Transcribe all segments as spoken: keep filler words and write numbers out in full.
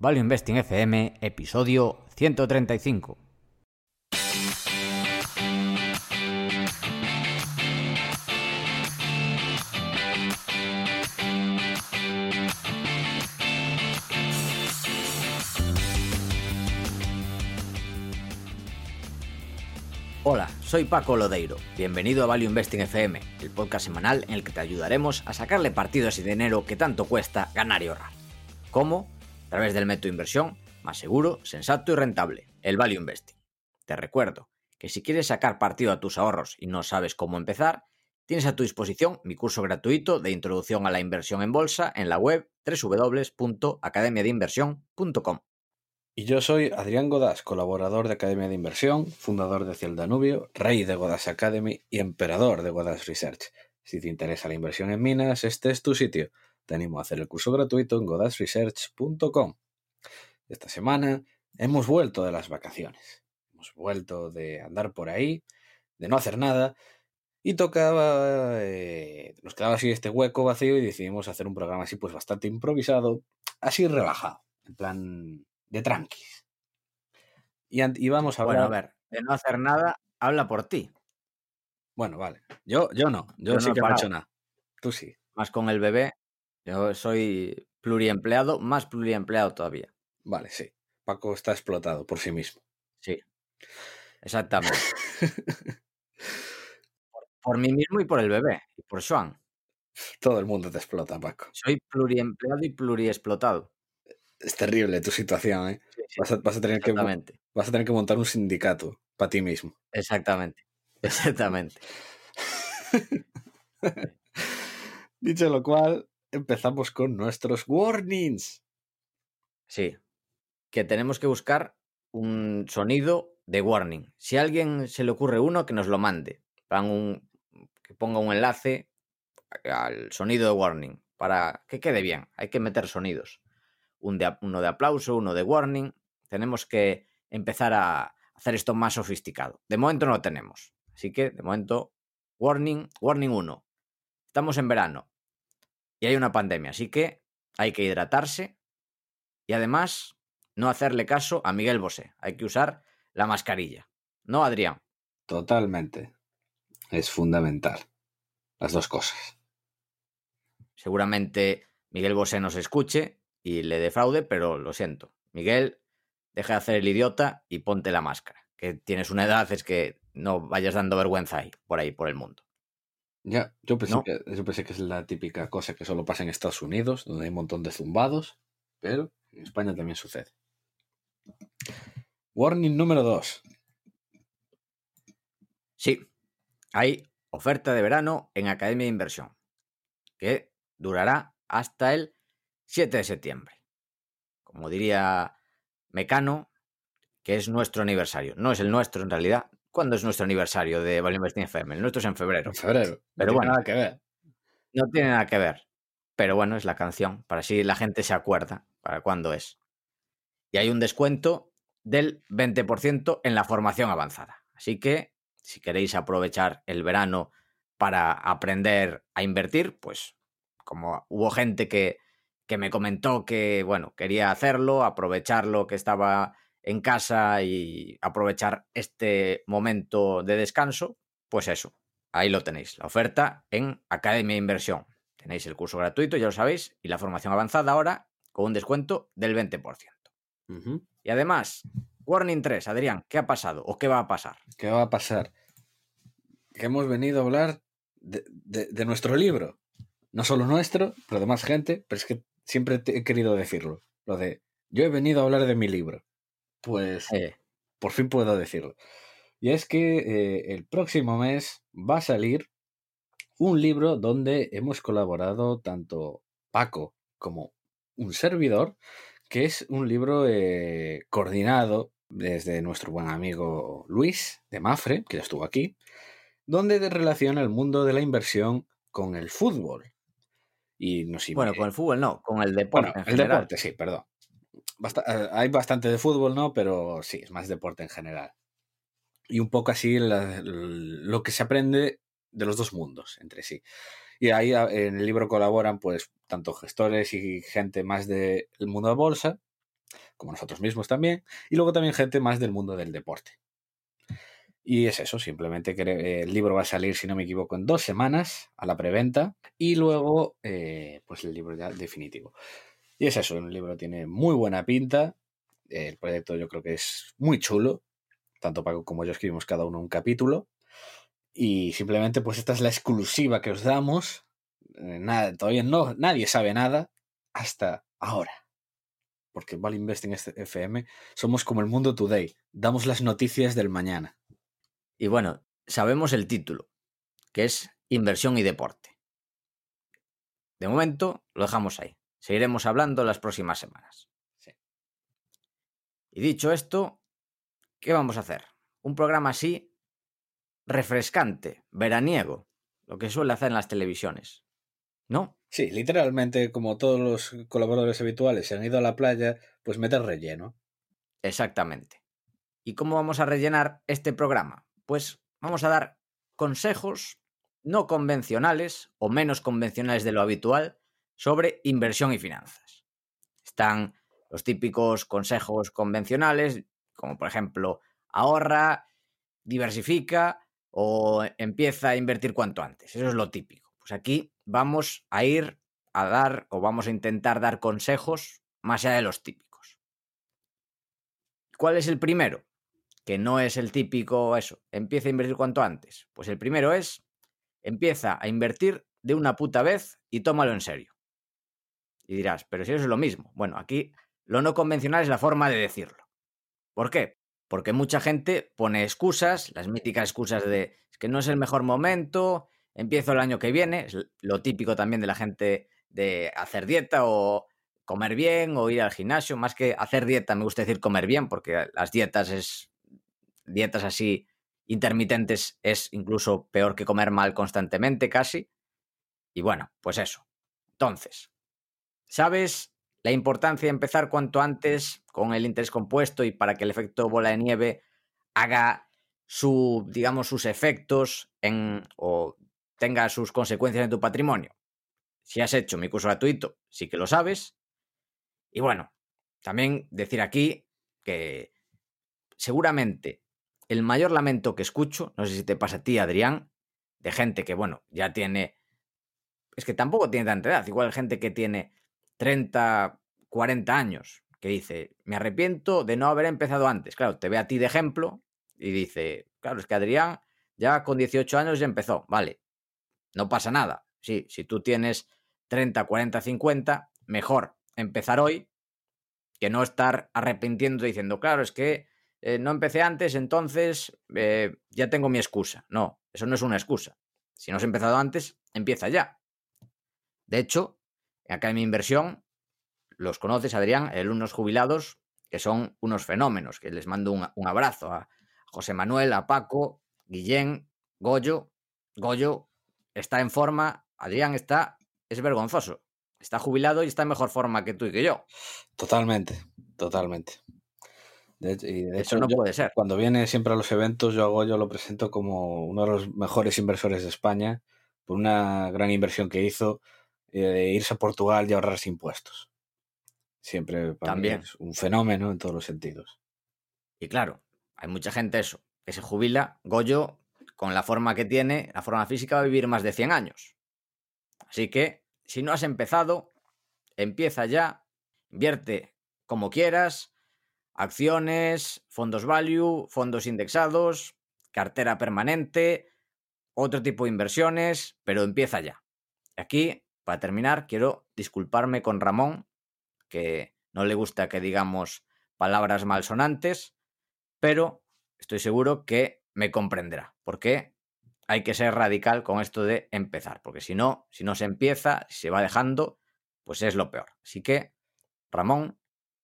Value Investing F M, episodio ciento treinta y cinco. Hola, soy Paco Lodeiro. Bienvenido a Value Investing F M, el podcast semanal en el que te ayudaremos a sacarle partido a ese dinero que tanto cuesta ganar y ahorrar. ¿Cómo? A través del método de inversión más seguro, sensato y rentable, el Value Investing. Te recuerdo que si quieres sacar partido a tus ahorros y no sabes cómo empezar, tienes a tu disposición mi curso gratuito de introducción a la inversión en bolsa en la web doble u doble u doble u punto academia de inversión punto com. Y yo soy Adrián Godás, colaborador de Academia de Inversión, fundador de Hacia el Danubio, rey de Godás Academy y emperador de Godás Research. Si te interesa la inversión en minas, este es tu sitio. Te animo a hacer el curso gratuito en godás research punto com. Esta semana hemos vuelto de las vacaciones. Hemos vuelto de andar por ahí, de no hacer nada, y tocaba... Eh, nos quedaba así este hueco vacío y decidimos hacer un programa así pues bastante improvisado, así relajado, en plan... de tranquis. Y, y vamos a hablar... Bueno, a ver, de no hacer nada, habla por ti. Bueno, vale. Yo, yo no. Yo, Yo sí no he que no he parado. hecho nada. Tú sí. Más con el bebé, yo soy pluriempleado, más pluriempleado todavía. Vale, sí. Paco está explotado por sí mismo. Sí, exactamente. por, por mí mismo y por el bebé, y por Joan. Todo el mundo te explota, Paco. Soy pluriempleado y pluriexplotado. Es terrible tu situación, ¿eh? Sí, sí, vas, a, vas, a tener que, vas a tener que montar un sindicato para ti mismo. Exactamente, exactamente. Dicho lo cual, empezamos con nuestros warnings. Sí, que tenemos que buscar un sonido de warning. Si a alguien se le ocurre uno, que nos lo mande. Un, que ponga un enlace al sonido de warning para que quede bien. Hay que meter sonidos. Un de, uno de aplauso, uno de warning. Tenemos que empezar a hacer esto más sofisticado. De momento no lo tenemos. Así que, de momento, warning, warning uno. Estamos en verano y hay una pandemia, así que hay que hidratarse y además no hacerle caso a Miguel Bosé. Hay que usar la mascarilla. ¿No, Adrián? Totalmente. Es fundamental. Las dos cosas. Seguramente Miguel Bosé nos escuche y le defraude, pero lo siento. Miguel, deja de hacer el idiota y ponte la máscara. Que tienes una edad, es que no vayas dando vergüenza ahí, por ahí, por el mundo. Ya, yo pensé, ¿No? que, yo pensé que es la típica cosa que solo pasa en Estados Unidos, donde hay un montón de zumbados, pero en España también sucede. Warning número dos. Sí, hay oferta de verano en Academia de Inversión, que durará hasta el siete de septiembre. Como diría Mecano, que es nuestro aniversario. No es el nuestro en realidad. ¿Cuándo es nuestro aniversario de Value Investing F M? El nuestro es en febrero. En febrero. Pero no bueno, tiene nada que ver. No tiene nada que ver. Pero bueno, es la canción. Para así la gente se acuerda para cuándo es. Y hay un descuento del veinte por ciento en la formación avanzada. Así que si queréis aprovechar el verano para aprender a invertir, pues como hubo gente que, que me comentó que, bueno, quería hacerlo, aprovecharlo, que estaba en casa y aprovechar este momento de descanso, pues eso, ahí lo tenéis, la oferta en Academia de Inversión. Tenéis el curso gratuito, ya lo sabéis, y la formación avanzada ahora con un descuento del veinte por ciento. Uh-huh. Y además, Warning tres, Adrián, ¿qué ha pasado o qué va a pasar? ¿Qué va a pasar? Que hemos venido a hablar de, de, de nuestro libro. No solo nuestro, pero de más gente, pero es que siempre te he querido decirlo. Lo de, yo he venido a hablar de mi libro. Pues, eh. por fin puedo decirlo. Y es que eh, el próximo mes va a salir un libro donde hemos colaborado tanto Paco como un servidor, que es un libro eh, coordinado desde nuestro buen amigo Luis de Mafre, que ya estuvo aquí, donde relaciona el mundo de la inversión con el fútbol. Y nos bueno, iba... con el fútbol no, con el deporte bueno, en el general. deporte, sí, perdón. Bast- hay bastante de fútbol, ¿no? Pero sí, es más deporte en general. Y un poco así la, lo que se aprende de los dos mundos entre sí. Y ahí en el libro colaboran pues tanto gestores y gente más del mundo de bolsa. como nosotros mismos también, y luego también gente más del mundo del deporte. Y es eso, simplemente que el libro va a salir, si no me equivoco, en dos semanas a la preventa y luego eh, pues el libro ya definitivo. Y es eso, el libro tiene muy buena pinta, el proyecto yo creo que es muy chulo, tanto Paco como yo escribimos cada uno un capítulo y simplemente pues esta es la exclusiva que os damos. Eh, nada, todavía no, nadie sabe nada hasta ahora. Porque Value Investing F M somos como el Mundo Today, damos las noticias del mañana. Y bueno, sabemos el título, que es Inversión y Deporte. De momento lo dejamos ahí. Seguiremos hablando las próximas semanas. Sí. Y dicho esto, ¿qué vamos a hacer? Un programa así refrescante, veraniego, lo que suele hacer en las televisiones, ¿no? Sí, literalmente, como todos los colaboradores habituales se han ido a la playa, pues meter relleno. Exactamente. ¿Y cómo vamos a rellenar este programa? Pues vamos a dar consejos no convencionales o menos convencionales de lo habitual sobre inversión y finanzas. Están los típicos consejos convencionales, como por ejemplo, ahorra, diversifica o empieza a invertir cuanto antes. Eso es lo típico. Pues aquí vamos a ir a dar o vamos a intentar dar consejos más allá de los típicos. ¿Cuál es el primero? Que no es el típico eso, empieza a invertir cuanto antes. Pues el primero es, empieza a invertir de una puta vez y tómalo en serio. Y dirás, pero si eso es lo mismo. Bueno, aquí lo no convencional es la forma de decirlo. ¿Por qué? Porque mucha gente pone excusas, las míticas excusas de es que no es el mejor momento, empiezo el año que viene, es lo típico también de la gente de hacer dieta o comer bien o ir al gimnasio. Más que hacer dieta me gusta decir comer bien, porque las dietas es dietas así intermitentes es incluso peor que comer mal constantemente casi. Y bueno, pues eso. Entonces, ¿sabes la importancia de empezar cuanto antes con el interés compuesto y para que el efecto bola de nieve haga su, digamos, sus efectos en, o tenga sus consecuencias en tu patrimonio? Si has hecho mi curso gratuito, sí que lo sabes. Y bueno, también decir aquí que seguramente el mayor lamento que escucho, no sé si te pasa a ti, Adrián, de gente que, bueno, ya tiene... Es que tampoco tiene tanta edad. Igual gente que tiene treinta, cuarenta años, que dice, me arrepiento de no haber empezado antes. Claro, te ve a ti de ejemplo y dice, claro, es que Adrián ya con dieciocho años ya empezó. Vale, no pasa nada. Sí, si tú tienes treinta, cuarenta, cincuenta, mejor empezar hoy que no estar arrepintiendo diciendo, claro, es que eh, no empecé antes, entonces eh, ya tengo mi excusa. No, eso no es una excusa. Si no has empezado antes, empieza ya. De hecho, acá en mi inversión, los conoces, Adrián, hay alumnos jubilados que son unos fenómenos, que les mando un, un abrazo a José Manuel, a Paco, Guillén, Goyo. Goyo está en forma, Adrián está, es vergonzoso. Está jubilado y está en mejor forma que tú y que yo. Totalmente, totalmente. De, y de Eso hecho, no yo, puede ser. cuando viene siempre a los eventos, yo hago, yo lo presento como uno de los mejores inversores de España por una gran inversión que hizo eh, de irse a Portugal y ahorrarse impuestos. Siempre para También. mí es un fenómeno en todos los sentidos. Y claro, hay mucha gente eso, que se jubila. Goyo, con la forma que tiene, la forma física, va a vivir más de cien años. Así que, si no has empezado, empieza ya, invierte como quieras, acciones, fondos value, fondos indexados, cartera permanente, otro tipo de inversiones, pero empieza ya. Aquí, para terminar, quiero disculparme con Ramón, que no le gusta que digamos palabras malsonantes, pero estoy seguro que me comprenderá, porque hay que ser radical con esto de empezar, porque si no, si no se empieza, si se va dejando, pues es lo peor. Así que, Ramón,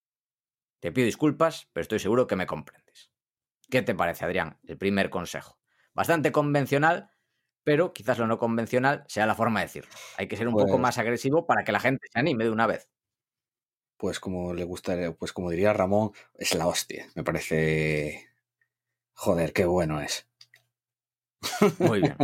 te pido disculpas, pero estoy seguro que me comprendes. ¿Qué te parece, Adrián? El primer consejo. Bastante convencional, pero quizás lo no convencional sea la forma de decirlo. Hay que ser un pues, poco más agresivo para que la gente se anime de una vez. Pues como le gustaría, pues como diría Ramón, es la hostia. Me parece... Joder, qué bueno es. Muy bien.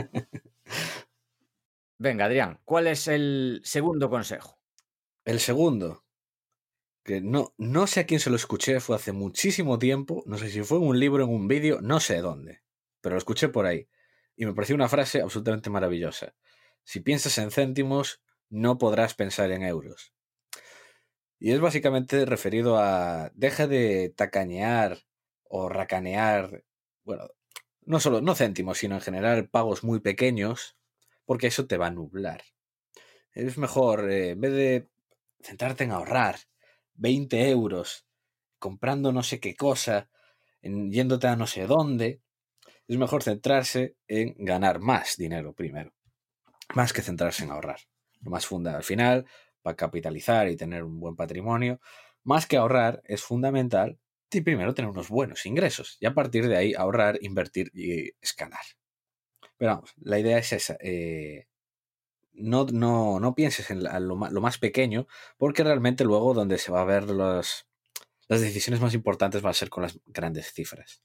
Venga, Adrián, ¿cuál es el segundo consejo? El segundo. que no, no sé a quién se lo escuché, fue hace muchísimo tiempo, no sé si fue en un libro, en un vídeo, no sé dónde, pero lo escuché por ahí. Y me pareció una frase absolutamente maravillosa. Si piensas en céntimos, no podrás pensar en euros. Y es básicamente referido a deja de tacañear o racanear, bueno, no solo, no céntimos, sino en general pagos muy pequeños, porque eso te va a nublar. Es mejor, eh, en vez de centrarte en ahorrar veinte euros, comprando no sé qué cosa, en, yéndote a no sé dónde, es mejor centrarse en ganar más dinero primero, más que centrarse en ahorrar. Lo más fundamental, al final, para capitalizar y tener un buen patrimonio, más que ahorrar, es fundamental y primero tener unos buenos ingresos y a partir de ahí ahorrar, invertir y escalar. Pero vamos, la idea es esa. Eh, no, no, no pienses en la, lo, más, lo más pequeño, porque realmente luego donde se va a ver los, las decisiones más importantes va a ser con las grandes cifras.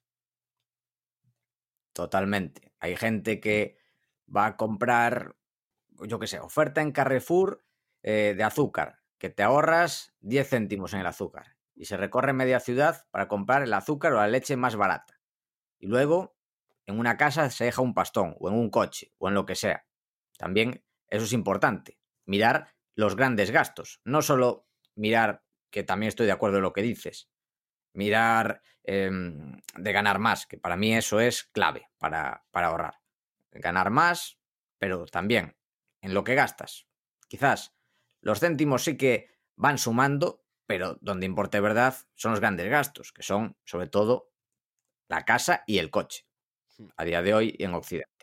Totalmente. Hay gente que va a comprar, yo qué sé, oferta en Carrefour eh, de azúcar, que te ahorras diez céntimos en el azúcar. Y se recorre media ciudad para comprar el azúcar o la leche más barata. Y luego, en una casa se deja un pastón, o en un coche, o en lo que sea. También eso es importante. Mirar los grandes gastos. No solo mirar, que también estoy de acuerdo en lo que dices, mirar eh, de ganar más, que para mí eso es clave para, para ahorrar. Ganar más, pero también en lo que gastas. Quizás los céntimos sí que van sumando, pero donde importa de verdad son los grandes gastos, que son sobre todo la casa y el coche, a día de hoy en Occidente.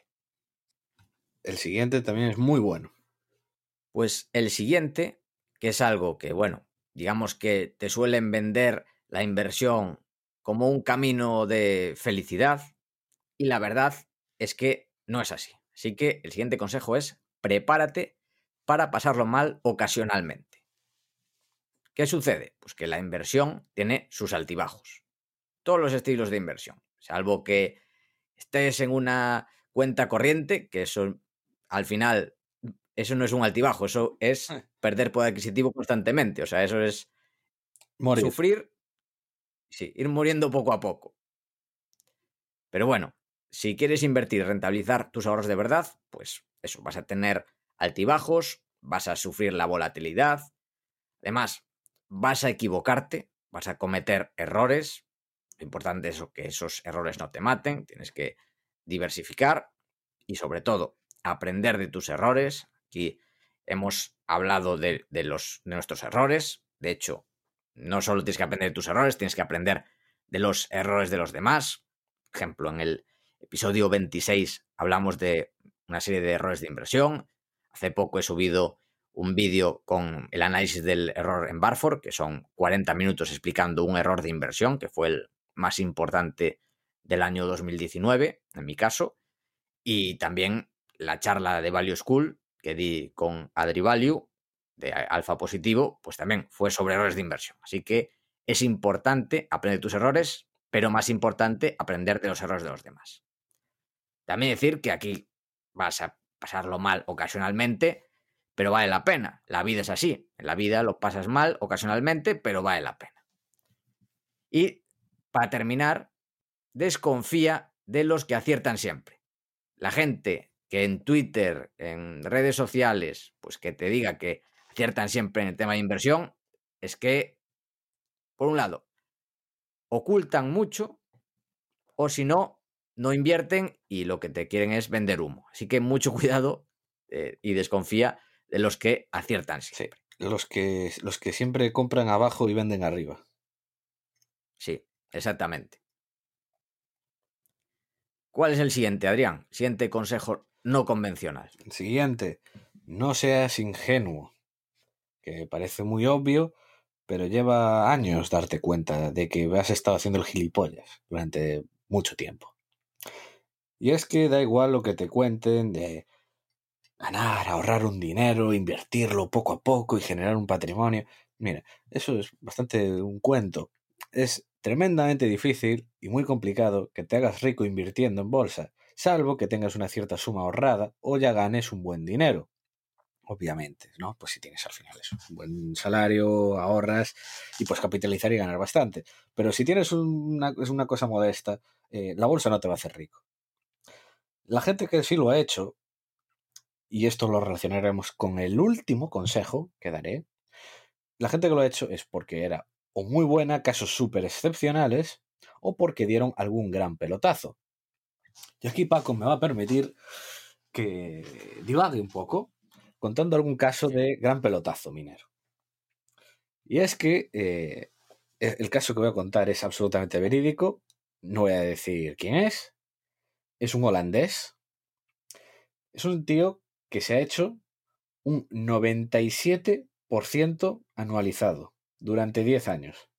El siguiente también es muy bueno. Pues el siguiente, que es algo que, bueno, digamos que te suelen vender la inversión como un camino de felicidad, y la verdad es que no es así. Así que el siguiente consejo es prepárate para pasarlo mal ocasionalmente. ¿Qué sucede? Pues que la inversión tiene sus altibajos. Todos los estilos de inversión, salvo que estés en una cuenta corriente, que eso al final, eso no es un altibajo, eso es perder poder adquisitivo constantemente. O sea, eso es Morir. sufrir, sí, ir muriendo poco a poco. Pero bueno, si quieres invertir y rentabilizar tus ahorros de verdad, pues eso, vas a tener altibajos, vas a sufrir la volatilidad, además vas a equivocarte, vas a cometer errores. Lo importante es que esos errores no te maten, tienes que diversificar y sobre todo aprender de tus errores. Aquí hemos hablado de, de, los, de nuestros errores, de hecho, no solo tienes que aprender de tus errores, tienes que aprender de los errores de los demás. Por ejemplo, en el episodio veintiséis hablamos de una serie de errores de inversión. Hace poco he subido un vídeo con el análisis del error en Barford, que son cuarenta minutos explicando un error de inversión, que fue el más importante del año dos mil diecinueve, en mi caso. Y también la charla de Value School que di con Adri Value, de Alfa Positivo, pues también fue sobre errores de inversión. Así que es importante aprender tus errores, pero más importante aprender de los errores de los demás. También decir que aquí vas a pasarlo mal ocasionalmente, pero vale la pena. La vida es así. En la vida lo pasas mal ocasionalmente, pero vale la pena. Y para terminar, desconfía de los que aciertan siempre. La gente que en Twitter, en redes sociales, pues que te diga que aciertan siempre en el tema de inversión, es que, por un lado, ocultan mucho, o si no, no invierten y lo que te quieren es vender humo. Así que mucho cuidado eh, y desconfía de los que aciertan siempre. Sí, los que, los que siempre compran abajo y venden arriba. Sí, exactamente. ¿Cuál es el siguiente, Adrián? Siguiente consejo no convencional. El siguiente, no seas ingenuo, que parece muy obvio, pero lleva años darte cuenta de que has estado haciendo el gilipollas durante mucho tiempo. Y es que da igual lo que te cuenten de ganar, ahorrar un dinero, invertirlo poco a poco y generar un patrimonio. Mira, eso es bastante un cuento. Es tremendamente difícil y muy complicado que te hagas rico invirtiendo en bolsa, salvo que tengas una cierta suma ahorrada o ya ganes un buen dinero. obviamente, ¿no? Pues si tienes al final eso, un buen salario, ahorras y puedes capitalizar y ganar bastante. Pero si tienes una, es una cosa modesta, eh, la bolsa no te va a hacer rico. La gente que sí lo ha hecho, y esto lo relacionaremos con el último consejo que daré, la gente que lo ha hecho es porque era o muy buena, casos súper excepcionales, o porque dieron algún gran pelotazo. Y aquí Paco me va a permitir que divague un poco contando algún caso de gran pelotazo minero. Y es que eh, el caso que voy a contar es absolutamente verídico. No voy a decir quién es. Es un holandés. Es un tío que se ha hecho un noventa y siete por ciento anualizado durante diez años.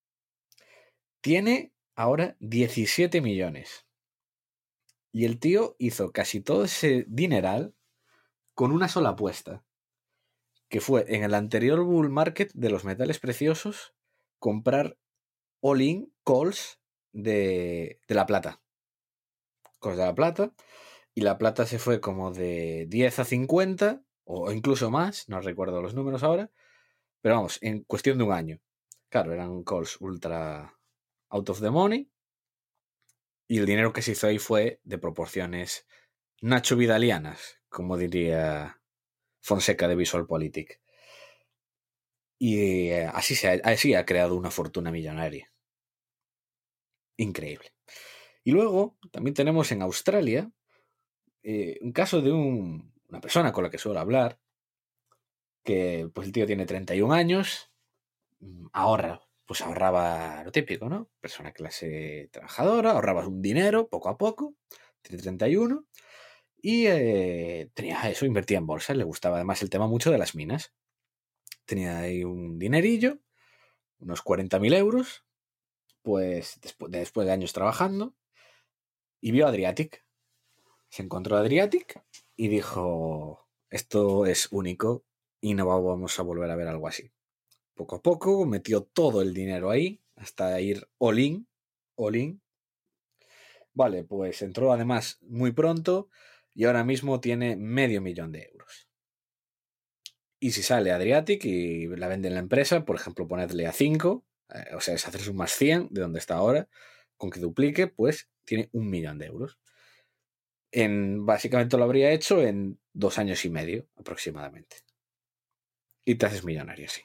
Tiene ahora diecisiete millones. Y el tío hizo casi todo ese dineral con una sola apuesta, que fue en el anterior bull market de los metales preciosos comprar all-in calls de, de la plata. Calls de la plata. Y la plata se fue como de diez a cincuenta, o incluso más, no recuerdo los números ahora, pero vamos, en cuestión de un año. Claro, eran calls ultra out of the money, y el dinero que se hizo ahí fue de proporciones Nacho Vidalianas, como diría Fonseca de VisualPolitik. Y eh, así, se ha, así ha creado una fortuna millonaria. Increíble. Y luego también tenemos en Australia eh, un caso de un, una persona con la que suelo hablar, que pues el tío tiene treinta y un años, ahorra, pues ahorraba lo típico, ¿no? Persona clase trabajadora, ahorraba un dinero poco a poco, tiene treinta y uno, y eh, tenía eso, invertía en bolsa, le gustaba además el tema mucho de las minas. Tenía ahí un dinerillo, unos cuarenta mil euros, pues después, después de años trabajando, y vio Adriatic. Se encontró Adriatic y dijo, esto es único y no vamos a volver a ver algo así. Poco a poco metió todo el dinero ahí hasta ir all in, all in. Vale, pues entró además muy pronto y ahora mismo tiene medio millón de euros. Y si sale Adriatic y la vende en la empresa, por ejemplo, ponedle a cinco, eh, o sea, es hacerse un más cien de donde está ahora, con que duplique, pues tiene un millón de euros. En, básicamente lo habría hecho en dos años y medio aproximadamente. Y te haces millonario, sí.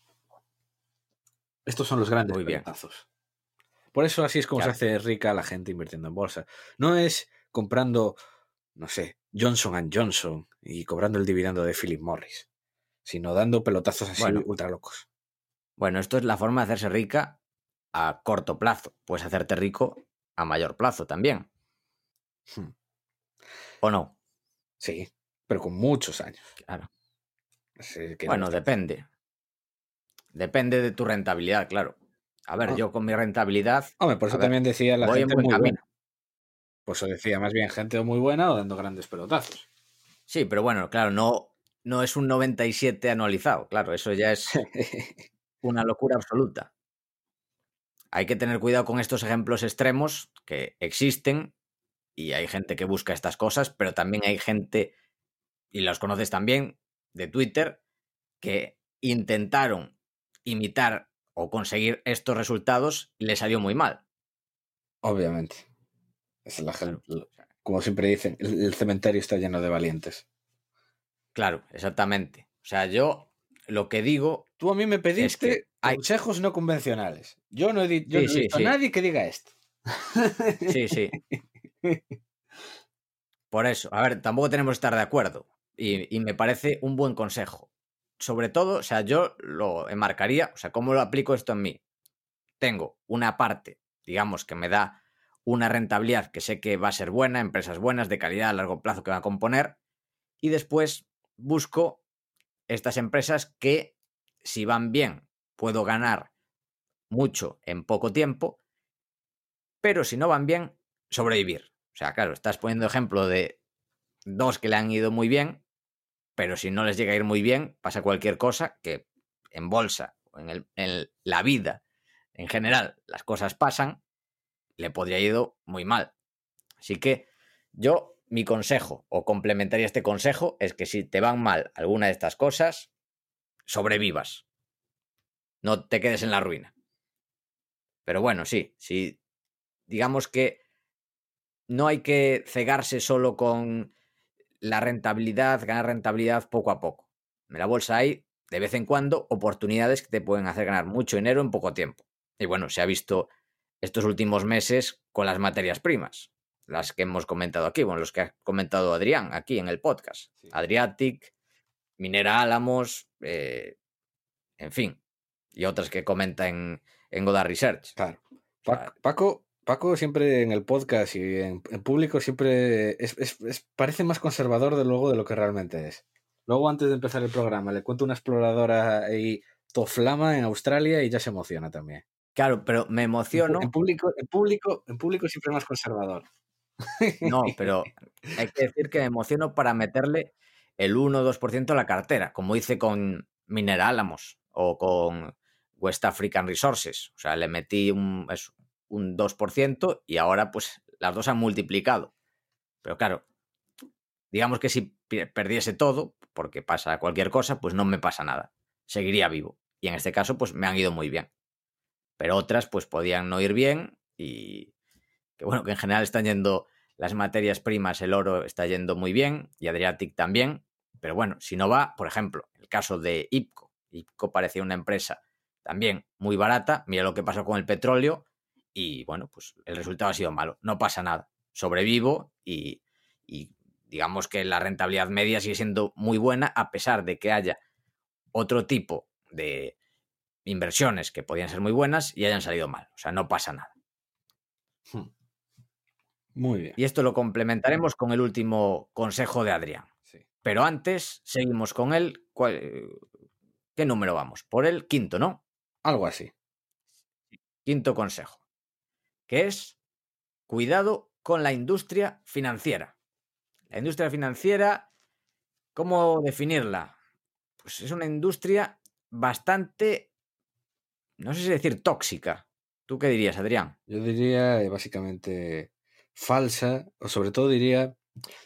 Estos son los grandes pelotazos. Por eso así es como claro. se hace rica la gente invirtiendo en bolsa. No es comprando, no sé, Johnson and Johnson y cobrando el dividendo de Philip Morris, sino dando pelotazos así bueno, ultra locos. Bueno, esto es la forma de hacerse rica a corto plazo. Puedes hacerte rico a mayor plazo también. Hmm. ¿O no? Sí, pero con muchos años. Claro. Sí, bueno, depende. Depende de tu rentabilidad, claro. A ver, ah. yo con mi rentabilidad... Hombre, por eso también ver, decía la voy gente en buen muy camino. buena. Pues eso decía más bien gente muy buena o dando grandes pelotazos. Sí, pero bueno, claro, no, no es un noventa y siete anualizado. Claro, eso ya es una locura absoluta. Hay que tener cuidado con estos ejemplos extremos que existen y hay gente que busca estas cosas, pero también hay gente, y los conoces también, de Twitter, que intentaron imitar o conseguir estos resultados y les salió muy mal. Obviamente. Es la gente, claro. Como siempre dicen, el, el cementerio está lleno de valientes. Claro, exactamente. O sea, yo lo que digo... Tú a mí me pediste es que hay... consejos no convencionales. Yo no he, di yo sí, no he sí, visto sí. a nadie que diga esto. Sí, sí. Por eso, a ver, tampoco tenemos que estar de acuerdo. Y, y me parece un buen consejo. Sobre todo, o sea, yo lo enmarcaría, o sea, ¿cómo lo aplico esto en mí? Tengo una parte, digamos, que me da una rentabilidad que sé que va a ser buena, empresas buenas, de calidad, a largo plazo que van a componer, y después busco estas empresas que, si van bien, puedo ganar mucho en poco tiempo, pero si no van bien, sobrevivir. O sea, claro, estás poniendo ejemplo de dos que le han ido muy bien, pero si no les llega a ir muy bien, pasa cualquier cosa que en bolsa o en, el, en la vida en general las cosas pasan, le podría ir ido muy mal. Así que yo mi consejo, o complementaría este consejo, es que si te van mal alguna de estas cosas, sobrevivas. No te quedes en la ruina. Pero bueno, sí, sí, digamos que no hay que cegarse solo con la rentabilidad, ganar rentabilidad poco a poco. En la bolsa hay, de vez en cuando, oportunidades que te pueden hacer ganar mucho dinero en poco tiempo. Y bueno, se ha visto estos últimos meses con las materias primas, las que hemos comentado aquí, bueno, los que ha comentado Adrián aquí en el podcast. Sí. Adriatic, Minera Álamos, eh, en fin, y otras que comenta en, en Godard Research. Claro. Pa- o sea, Paco, Paco siempre en el podcast y en, en público siempre es, es, es, parece más conservador de luego de lo que realmente es. Luego, antes de empezar el programa, le cuento una exploradora ahí toflama en Australia y ya se emociona también. Claro, pero me emociono. En, en público, en público, en público siempre es más conservador. No, pero hay que decir que me emociono para meterle el uno o dos por ciento a la cartera, como hice con Minera Álamos o con West African Resources. O sea, le metí un, eso, un dos por ciento y ahora pues las dos han multiplicado. Pero claro, digamos que si perdiese todo, porque pasa cualquier cosa, pues no me pasa nada. Seguiría vivo. Y en este caso, pues me han ido muy bien. Pero otras, pues podían no ir bien y que bueno, que en general están yendo las materias primas, el oro está yendo muy bien y Adriatic también. Pero bueno, si no va, por ejemplo, el caso de IPCO. IPCO parecía una empresa también muy barata. Mira lo que pasó con el petróleo y bueno, pues el resultado ha sido malo. No pasa nada. Sobrevivo y, y digamos que la rentabilidad media sigue siendo muy buena a pesar de que haya otro tipo de inversiones que podían ser muy buenas y hayan salido mal. O sea, no pasa nada. Muy bien. Y esto lo complementaremos con el último consejo de Adrián. Sí. Pero antes seguimos con él. ¿Qué número vamos? Por el quinto, ¿no? Algo así. Quinto consejo, que es cuidado con la industria financiera. La industria financiera, ¿cómo definirla? Pues es una industria bastante, no sé si decir tóxica. ¿Tú qué dirías, Adrián? Yo diría eh, básicamente falsa, o sobre todo diría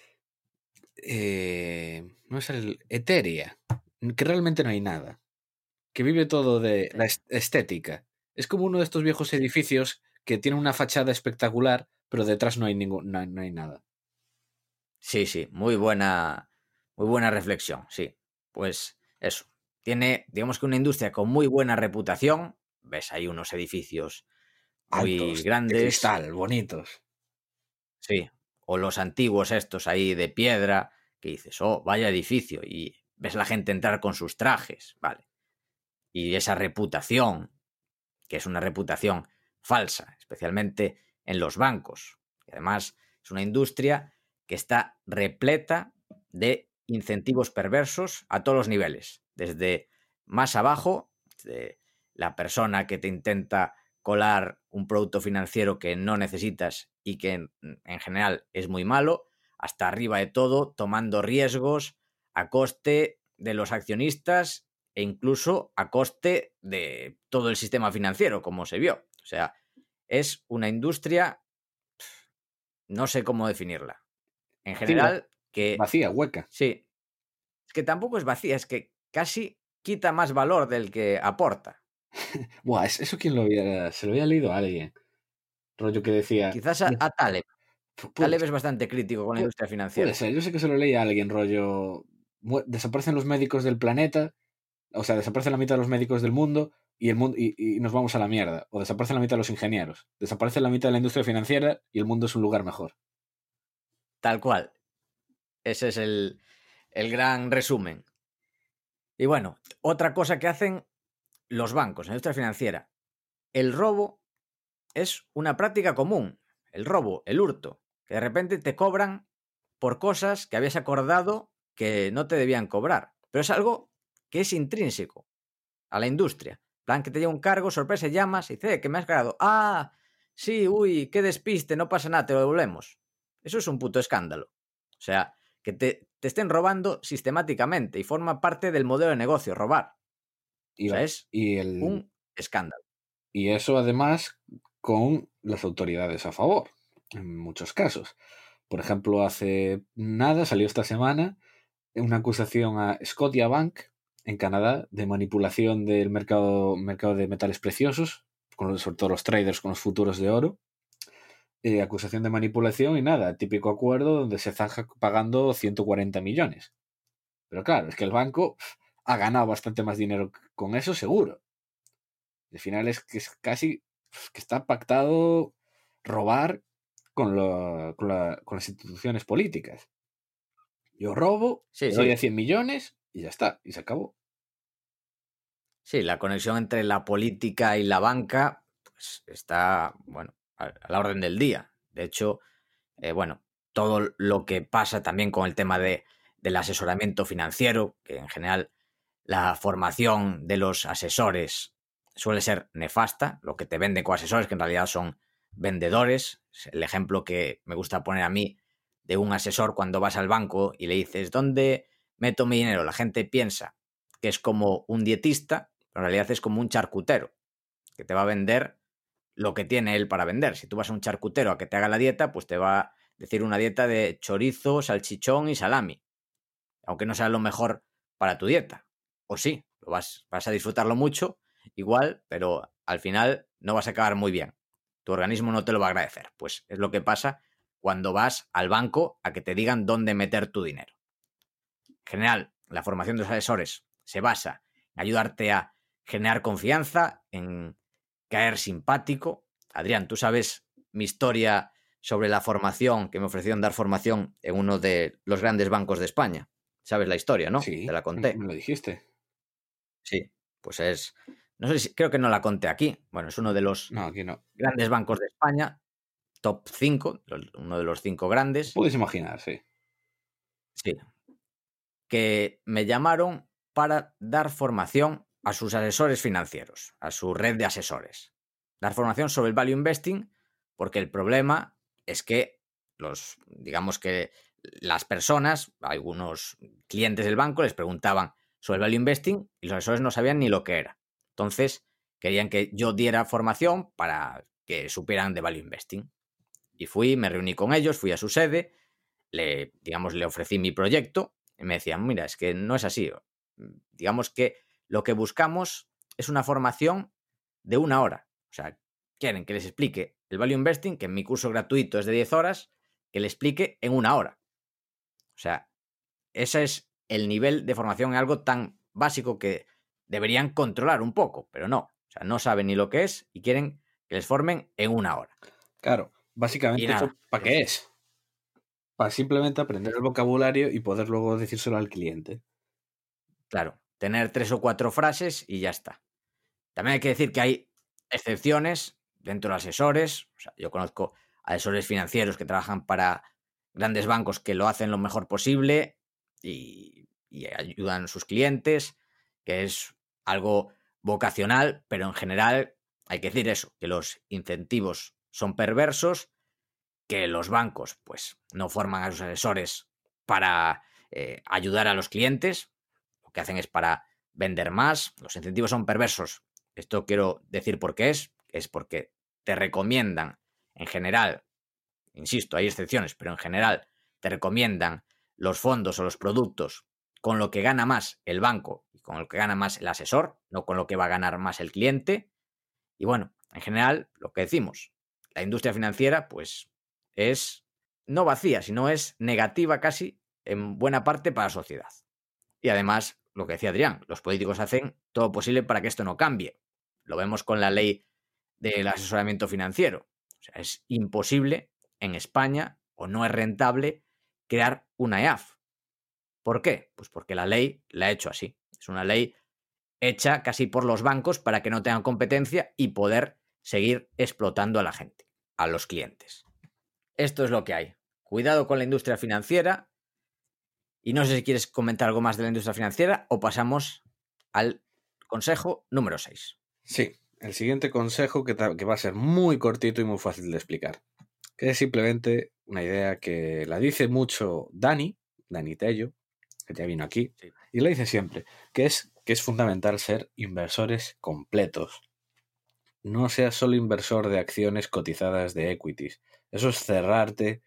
eh, no es el etérea, que realmente no hay nada, que vive todo de la estética. Es como uno de estos viejos edificios que tiene una fachada espectacular, pero detrás no hay ningún, no, no hay nada. Sí, sí, muy buena, muy buena reflexión, sí. Pues eso, tiene, digamos que una industria con muy buena reputación. Ves ahí unos edificios muy altos, grandes, de cristal, bonitos. Sí, o los antiguos estos ahí de piedra, que dices, oh, vaya edificio, y ves la gente entrar con sus trajes, ¿vale? Y esa reputación, que es una reputación falsa, especialmente en los bancos. Y además es una industria que está repleta de incentivos perversos a todos los niveles, desde más abajo, de la persona que te intenta colar un producto financiero que no necesitas y que en, en general es muy malo, hasta arriba de todo, tomando riesgos a coste de los accionistas e incluso a coste de todo el sistema financiero, como se vio. O sea, es una industria, no sé cómo definirla. En general, que... Vacía, hueca. Sí. Es que tampoco es vacía, es que casi quita más valor del que aporta. Buah, eso quién lo había... Se lo había leído a alguien. Rollo que decía... Quizás a, a Taleb. Taleb es bastante crítico con la industria financiera. Puede ser, yo sé que se lo leía a alguien, rollo... Desaparecen los médicos del planeta, o sea, desaparecen la mitad de los médicos del mundo y, el mundo, y, y nos vamos a la mierda. O desaparecen la mitad de los ingenieros. Desaparece la mitad de la industria financiera y el mundo es un lugar mejor. Tal cual. Ese es el, el gran resumen. Y bueno, otra cosa que hacen los bancos, la industria financiera. El robo es una práctica común. El robo, el hurto. Que de repente te cobran por cosas que habías acordado que no te debían cobrar. Pero es algo que es intrínseco a la industria. Plan, que te llega un cargo, sorpresa, llamas y dice, ¿qué me has cargado? Ah, sí, uy, qué despiste, no pasa nada, te lo devolvemos. Eso es un puto escándalo. O sea, que te, te estén robando sistemáticamente y forma parte del modelo de negocio, robar. Y, o sea, es y el, un escándalo. Y eso además con las autoridades a favor, en muchos casos. Por ejemplo, hace nada, salió esta semana, una acusación a Scotiabank en Canadá de manipulación del mercado, mercado de metales preciosos, con los, sobre todo los traders con los futuros de oro. Eh, acusación de manipulación y nada, típico acuerdo donde se zanja pagando ciento cuarenta millones. Pero claro, es que el banco pff, ha ganado bastante más dinero con eso, seguro. Al final es que es casi pff, que está pactado robar con, lo, con, la, con las instituciones políticas. Yo robo, Sí, te doy sí. a cien millones y ya está, y se acabó. Sí, la conexión entre la política y la banca pues, está, bueno, a, a la orden del día. De hecho, eh, bueno, todo lo que pasa también con el tema de, del asesoramiento financiero, que en general la formación de los asesores suele ser nefasta, lo que te venden con asesores, que en realidad son vendedores. El ejemplo que me gusta poner a mí de un asesor cuando vas al banco y le dices, ¿dónde meto mi dinero? La gente piensa que es como un dietista, pero en realidad es como un charcutero, que te va a vender lo que tiene él para vender. Si tú vas a un charcutero a que te haga la dieta, pues te va a decir una dieta de chorizo, salchichón y salami, aunque no sea lo mejor para tu dieta. O sí, lo vas, vas a disfrutarlo mucho, igual, pero al final no vas a acabar muy bien. Tu organismo no te lo va a agradecer. Pues es lo que pasa cuando vas al banco a que te digan dónde meter tu dinero. En general, la formación de los asesores se basa en ayudarte a generar confianza, en caer simpático. Adrián, tú sabes mi historia sobre la formación, que me ofrecieron dar formación en uno de los grandes bancos de España. ¿Sabes la historia, no? Te Sí, la me conté. lo dijiste. Sí, pues es... No sé si... Creo que no la conté aquí. Bueno, es uno de los No, aquí no. grandes bancos de España, top cinco, uno de los cinco grandes. Puedes imaginar, sí. Sí. Que me llamaron para dar formación a sus asesores financieros, a su red de asesores. Dar formación sobre el value investing, porque el problema es que los, digamos que las personas, algunos clientes del banco les preguntaban sobre el value investing y los asesores no sabían ni lo que era. Entonces, querían que yo diera formación para que supieran de value investing. Y fui, me reuní con ellos, fui a su sede, le, digamos, le ofrecí mi proyecto y me decían, mira, es que no es así. Digamos que lo que buscamos es una formación de una hora. O sea, quieren que les explique el value investing, que en mi curso gratuito es de diez horas, que le explique en una hora. O sea, ese es el nivel de formación en algo tan básico que deberían controlar un poco, pero no. O sea, no saben ni lo que es y quieren que les formen en una hora. Claro, Y básicamente eso, nada, ¿para qué es? Para simplemente aprender el vocabulario y poder luego decírselo al cliente. claro, tener tres o cuatro frases y ya está. También hay que decir que hay excepciones dentro de asesores. O sea, yo conozco asesores financieros que trabajan para grandes bancos que lo hacen lo mejor posible y, y ayudan a sus clientes, que es algo vocacional, pero en general hay que decir eso, que los incentivos son perversos, que los bancos pues no forman a sus asesores para eh, ayudar a los clientes, lo que hacen es para vender más, los incentivos son perversos. Esto quiero decir por qué es, es porque te recomiendan en general, insisto, hay excepciones, pero en general te recomiendan los fondos o los productos con lo que gana más el banco y con lo que gana más el asesor, no con lo que va a ganar más el cliente. Y bueno, en general, lo que decimos, la industria financiera pues es no vacía, sino es negativa casi en buena parte para la sociedad. Y además, lo que decía Adrián, los políticos hacen todo posible para que esto no cambie. Lo vemos con la ley del asesoramiento financiero. O sea, es imposible en España o no es rentable crear una E A F. ¿Por qué? Pues porque la ley la ha hecho así. Es una ley hecha casi por los bancos para que no tengan competencia y poder seguir explotando a la gente, a los clientes. Esto es lo que hay. Cuidado con la industria financiera. Y no sé si quieres comentar algo más de la industria financiera o pasamos al consejo número seis. Sí, el siguiente consejo que, que va a ser muy cortito y muy fácil de explicar. Que es simplemente una idea que la dice mucho Dani, Dani Tello, que ya vino aquí, sí. Y la dice siempre, que es, que es fundamental ser inversores completos. No seas solo inversor de acciones cotizadas de equities. Eso es cerrarte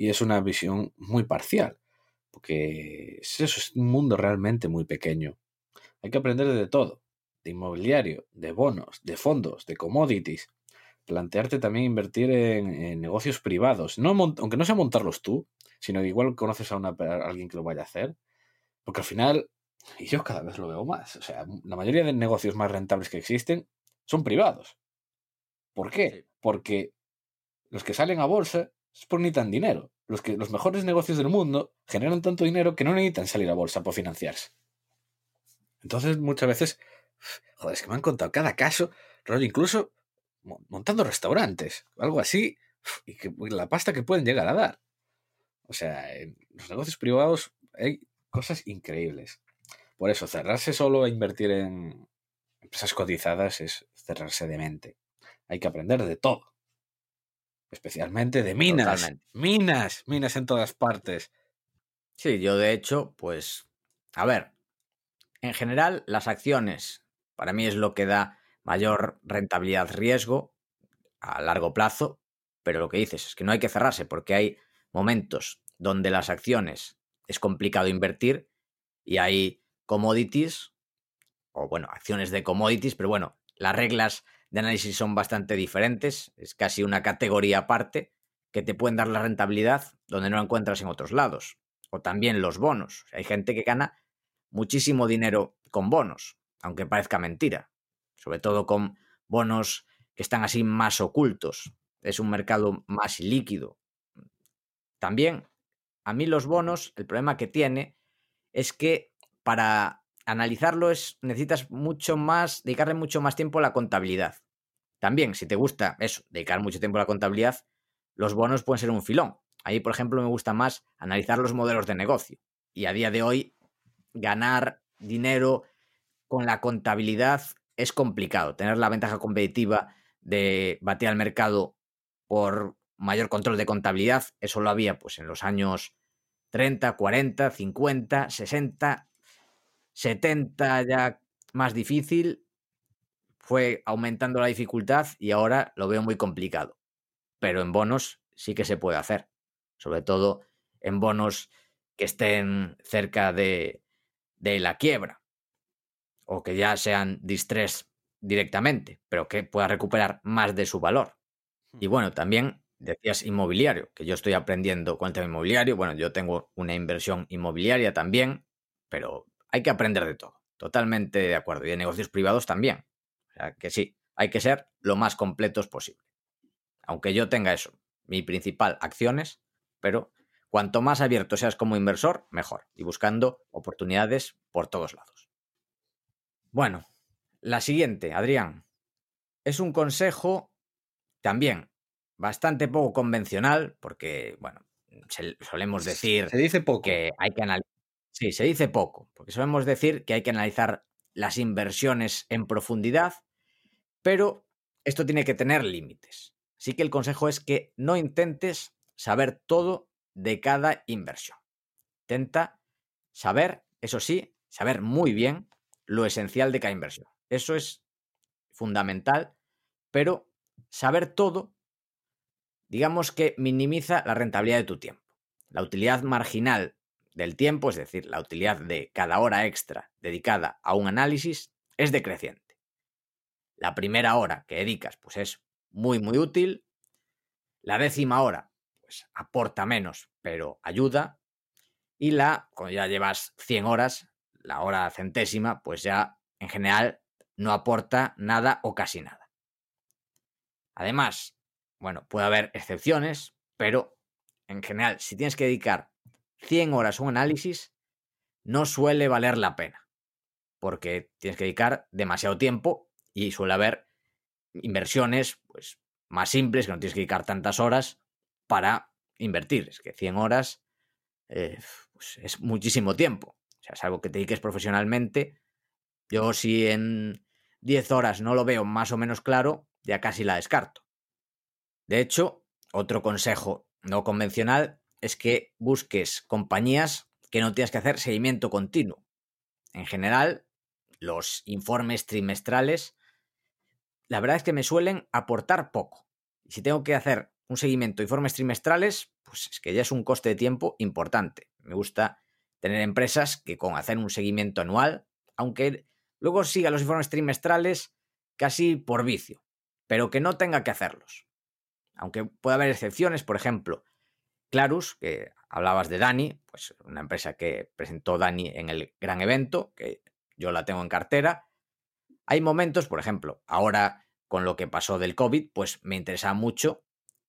y es una visión muy parcial, porque eso es un mundo realmente muy pequeño. Hay que aprender de todo, de inmobiliario, de bonos, de fondos, de commodities. Plantearte también invertir en, en negocios privados, no mont- aunque no sea montarlos tú, sino que igual conoces a, una, a alguien que lo vaya a hacer, porque al final, y yo cada vez lo veo más, o sea, la mayoría de negocios más rentables que existen son privados. ¿Por qué? Sí. Porque los que salen a bolsa es por necesitan dinero. Los, que, los mejores negocios del mundo generan tanto dinero que no necesitan salir a bolsa por financiarse. Entonces, muchas veces, joder, es que me han contado cada caso, rollo, incluso montando restaurantes, algo así, y que la pasta que pueden llegar a dar. O sea, en los negocios privados hay cosas increíbles. Por eso, cerrarse solo a invertir en empresas cotizadas es cerrarse de mente. Hay que aprender de todo. Especialmente de minas. Totalmente. Minas, minas en todas partes. Sí, yo de hecho, pues, a ver, en general las acciones para mí es lo que da mayor rentabilidad-riesgo a largo plazo, pero lo que dices es que no hay que cerrarse porque hay momentos donde las acciones es complicado invertir y hay commodities, o bueno, acciones de commodities, pero bueno, las reglas de análisis son bastante diferentes, es casi una categoría aparte que te pueden dar la rentabilidad donde no la encuentras en otros lados. O también los bonos. Hay gente que gana muchísimo dinero con bonos, aunque parezca mentira. Sobre todo con bonos que están así más ocultos. Es un mercado más líquido. También, a mí los bonos, el problema que tiene es que para analizarlo es, necesitas mucho más, dedicarle mucho más tiempo a la contabilidad. También, si te gusta eso, dedicar mucho tiempo a la contabilidad, los bonos pueden ser un filón. Ahí, por ejemplo, me gusta más analizar los modelos de negocio. Y a día de hoy, ganar dinero con la contabilidad es complicado. Tener la ventaja competitiva de batir al mercado por mayor control de contabilidad, eso lo había pues en los años treinta, cuarenta, cincuenta, sesenta, setenta ya más difícil, fue aumentando la dificultad y ahora lo veo muy complicado. Pero en bonos sí que se puede hacer, sobre todo en bonos que estén cerca de, de la quiebra o que ya sean distress directamente, pero que pueda recuperar más de su valor. Y bueno, también decías inmobiliario, que yo estoy aprendiendo con el tema inmobiliario. Bueno, yo tengo una inversión inmobiliaria también, pero hay que aprender de todo. Totalmente de acuerdo. Y de negocios privados también. O sea, que sí, hay que ser lo más completos posible. Aunque yo tenga eso, mi principal, acciones, pero cuanto más abierto seas como inversor, mejor. Y buscando oportunidades por todos lados. Bueno, la siguiente, Adrián, es un consejo también bastante poco convencional, porque, bueno, se, solemos decir Se dice poco. que hay que analizar. Sí, se dice poco, porque solemos decir que hay que analizar las inversiones en profundidad, pero esto tiene que tener límites. Así que el consejo es que no intentes saber todo de cada inversión. Intenta saber, eso sí, saber muy bien lo esencial de cada inversión. Eso es fundamental, pero saber todo, digamos que minimiza la rentabilidad de tu tiempo. La utilidad marginal del tiempo, es decir, la utilidad de cada hora extra dedicada a un análisis, es decreciente. La primera hora que dedicas, pues es muy, muy útil. La décima hora, pues aporta menos, pero ayuda. Y la, cuando ya llevas cien horas, la hora centésima, pues ya en general no aporta nada o casi nada. Además, bueno, puede haber excepciones, pero en general, si tienes que dedicar cien horas a un análisis, no suele valer la pena, porque tienes que dedicar demasiado tiempo y suele haber inversiones pues, más simples, que no tienes que dedicar tantas horas para invertir. Es que cien horas eh, pues es muchísimo tiempo. O sea, salvo que te dediques profesionalmente. Yo si en diez horas no lo veo más o menos claro, ya casi la descarto. De hecho, otro consejo no convencional es que busques compañías que no tengas que hacer seguimiento continuo. En general, los informes trimestrales, la verdad es que me suelen aportar poco. Y si tengo que hacer un seguimiento de informes trimestrales, pues es que ya es un coste de tiempo importante. Me gusta tener empresas que con hacer un seguimiento anual, aunque luego siga los informes trimestrales casi por vicio, pero que no tenga que hacerlos. Aunque pueda haber excepciones, por ejemplo, Clarus, que hablabas de Dani, pues una empresa que presentó Dani en el gran evento, que yo la tengo en cartera. Hay momentos, por ejemplo, ahora con lo que pasó del COVID, pues me interesa mucho,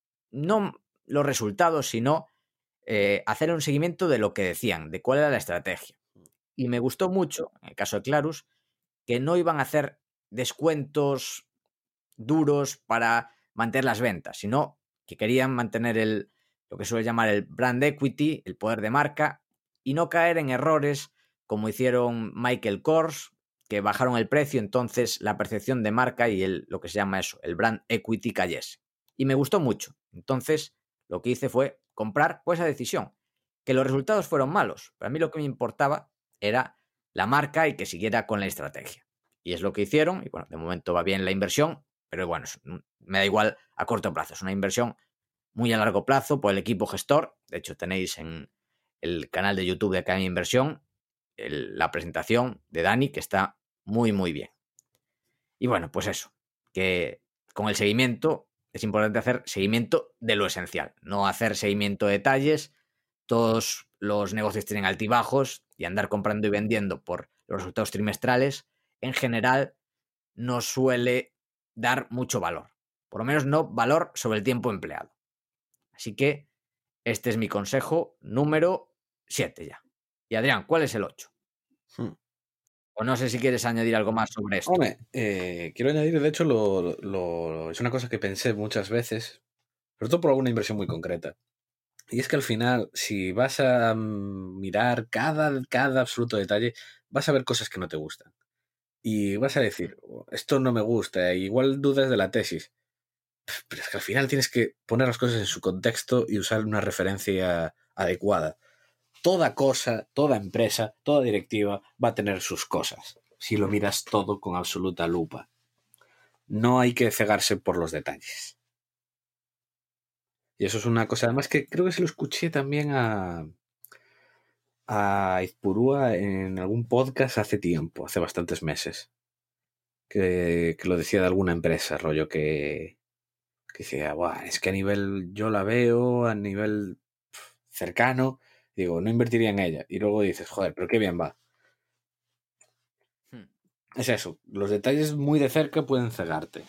no los resultados, sino eh, hacer un seguimiento de lo que decían, de cuál era la estrategia. Y me gustó mucho, en el caso de Clarus, que no iban a hacer descuentos duros para mantener las ventas, sino que querían mantener el, lo que suele llamar el brand equity, el poder de marca, y no caer en errores como hicieron Michael Kors, que bajaron el precio, entonces la percepción de marca y el, lo que se llama eso, el brand equity cayese. Y me gustó mucho. Entonces lo que hice fue comprar por esa decisión. Que los resultados fueron malos, pero a mí lo que me importaba era la marca y que siguiera con la estrategia. Y es lo que hicieron, y bueno, de momento va bien la inversión, pero bueno, me da igual a corto plazo, es una inversión muy a largo plazo por el equipo gestor. De hecho, tenéis en el canal de YouTube de Academia Inversión el, la presentación de Dani, que está muy, muy bien. Y bueno, pues eso, que con el seguimiento es importante hacer seguimiento de lo esencial, no hacer seguimiento de detalles. Todos los negocios tienen altibajos y andar comprando y vendiendo por los resultados trimestrales, en general, no suele dar mucho valor. Por lo menos no valor sobre el tiempo empleado. Así que este es mi consejo número siete ya. Y Adrián, ¿cuál es el ocho? Hmm. O no sé si quieres añadir algo más sobre esto. Hombre, eh, quiero añadir, de hecho, lo, lo, es una cosa que pensé muchas veces, sobre todo por alguna inversión muy concreta. Y es que al final, si vas a mirar cada, cada absoluto detalle, vas a ver cosas que no te gustan. Y vas a decir, esto no me gusta, igual dudas de la tesis. Pero es que al final tienes que poner las cosas en su contexto y usar una referencia adecuada. Toda cosa, toda empresa, toda directiva va a tener sus cosas, si lo miras todo con absoluta lupa. No hay que cegarse por los detalles. Y eso es una cosa, además, que creo que se lo escuché también a, a Izpurúa en algún podcast hace tiempo, hace bastantes meses. Que, que lo decía de alguna empresa, rollo que, que decía, Buah, es que a nivel, yo la veo a nivel cercano, digo, no invertiría en ella. Y luego dices, joder, pero qué bien va. Hmm. Es eso, los detalles muy de cerca pueden cegarte.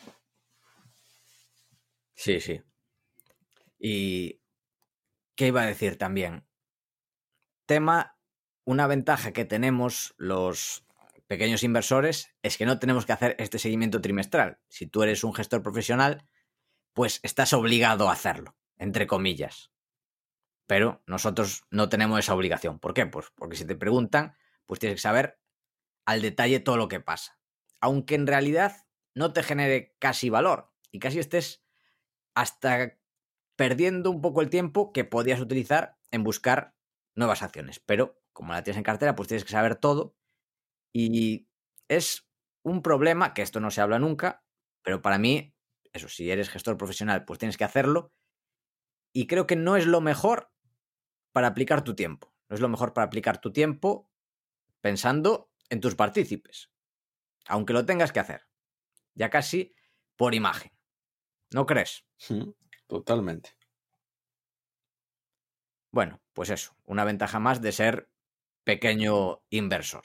Sí, sí. Y ¿qué iba a decir también? Tema, una ventaja que tenemos los pequeños inversores es que no tenemos que hacer este seguimiento trimestral. Si tú eres un gestor profesional, pues estás obligado a hacerlo, entre comillas. Pero nosotros no tenemos esa obligación. ¿Por qué? Pues porque si te preguntan, pues tienes que saber al detalle todo lo que pasa. Aunque en realidad no te genere casi valor y casi estés hasta perdiendo un poco el tiempo que podías utilizar en buscar nuevas acciones. Pero como la tienes en cartera, pues tienes que saber todo. Y es un problema, que esto no se habla nunca, pero para mí, eso, si eres gestor profesional, pues tienes que hacerlo. Y creo que no es lo mejor para aplicar tu tiempo. No es lo mejor para aplicar tu tiempo pensando en tus partícipes. Aunque lo tengas que hacer. Ya casi por imagen. ¿No crees? Sí, totalmente. Bueno, pues eso. Una ventaja más de ser pequeño inversor.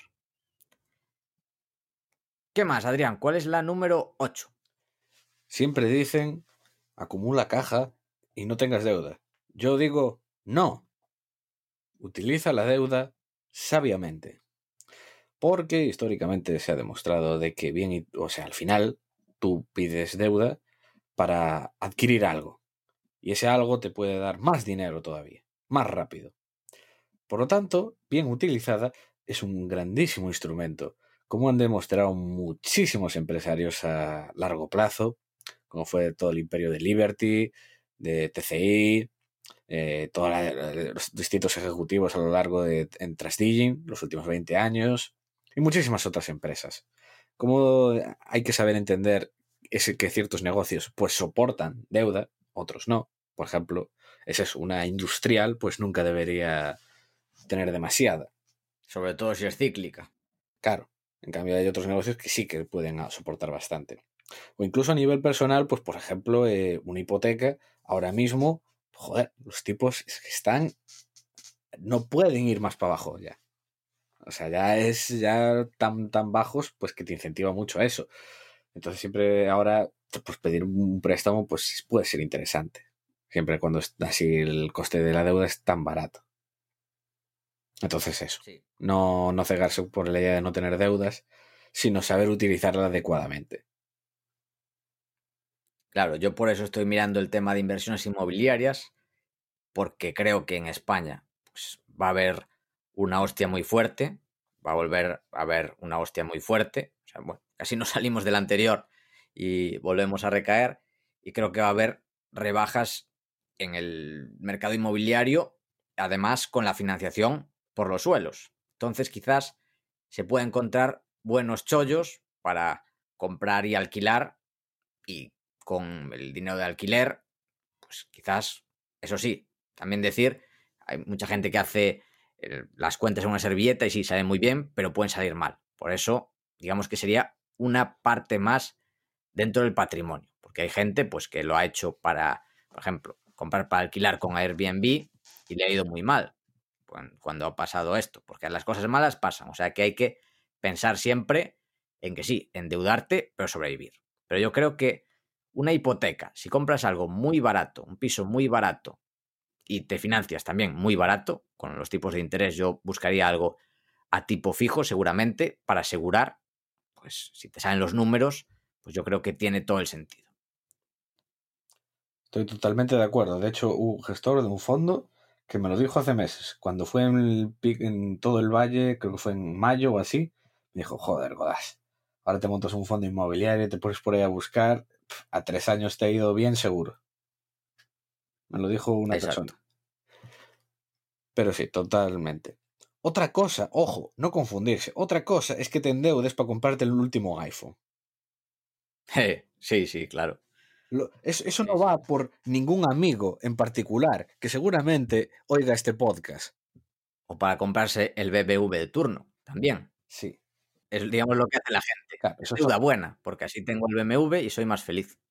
¿Qué más, Adrián? ¿Cuál es la número ocho? Siempre dicen, acumula caja y no tengas deuda. Yo digo, no. Utiliza la deuda sabiamente. Porque históricamente se ha demostrado de que bien, o sea, al final tú pides deuda para adquirir algo. Y ese algo te puede dar más dinero todavía, más rápido. Por lo tanto, bien utilizada, es un grandísimo instrumento, como han demostrado muchísimos empresarios a largo plazo, como fue todo el imperio de Liberty, de T C I, eh, todos los distintos ejecutivos a lo largo de en Trustdigit, los últimos veinte años, y muchísimas otras empresas. Como hay que saber entender es que ciertos negocios pues soportan deuda, otros no. por ejemplo, esa es una industrial, pues nunca debería tener demasiada. Sobre todo si es cíclica. Claro, en cambio hay otros negocios que sí que pueden soportar bastante. O incluso a nivel personal, pues por ejemplo, eh, una hipoteca, ahora mismo, joder, los tipos es que están, no pueden ir más para abajo ya. O sea, ya es ya tan, tan bajos, pues que te incentiva mucho a eso. Entonces siempre ahora, pues pedir un préstamo, pues puede ser interesante. Siempre cuando así el coste de la deuda es tan barato. Entonces eso, Sí. no, no cegarse por la idea de no tener deudas, sino saber utilizarla adecuadamente. Claro, yo por eso estoy mirando el tema de inversiones inmobiliarias, porque creo que en España pues, va a haber una hostia muy fuerte, va a volver a haber una hostia muy fuerte. O sea, bueno, casi no salimos del anterior y volvemos a recaer. Y creo que va a haber rebajas en el mercado inmobiliario, además con la financiación por los suelos. Entonces, quizás se pueda encontrar buenos chollos para comprar y alquilar, y con el dinero de alquiler, pues quizás, eso sí, también decir, hay mucha gente que hace eh, las cuentas en una servilleta y sí, salen muy bien, pero pueden salir mal. Por eso, digamos que sería una parte más dentro del patrimonio, porque hay gente pues que lo ha hecho para, por ejemplo, comprar para alquilar con Airbnb y le ha ido muy mal cuando ha pasado esto, porque las cosas malas pasan, o sea que hay que pensar siempre en que sí, endeudarte, pero sobrevivir. Pero yo creo que una hipoteca, si compras algo muy barato, un piso muy barato, y te financias también muy barato, con los tipos de interés yo buscaría algo a tipo fijo seguramente para asegurar, pues si te salen los números, pues yo creo que tiene todo el sentido. Estoy totalmente de acuerdo. De hecho, hubo un gestor de un fondo que me lo dijo hace meses, cuando fue en, el, en todo el valle, creo que fue en mayo o así, me dijo, joder, Godas, ahora te montas un fondo inmobiliario, te pones por ahí a buscar, a tres años te ha ido bien seguro. Me lo dijo una Exacto. persona. Pero sí, totalmente. Otra cosa, ojo, no confundirse, otra cosa es que te endeudes para comprarte el último iPhone. Sí, sí, claro. Lo, eso eso Sí, no sí. va por ningún amigo en particular que seguramente oiga este podcast. O para comprarse el B B V de turno, también. Sí. Es, digamos, lo que hace la gente. Claro, Es eso son... deuda buena, porque así tengo el B M W y soy más feliz.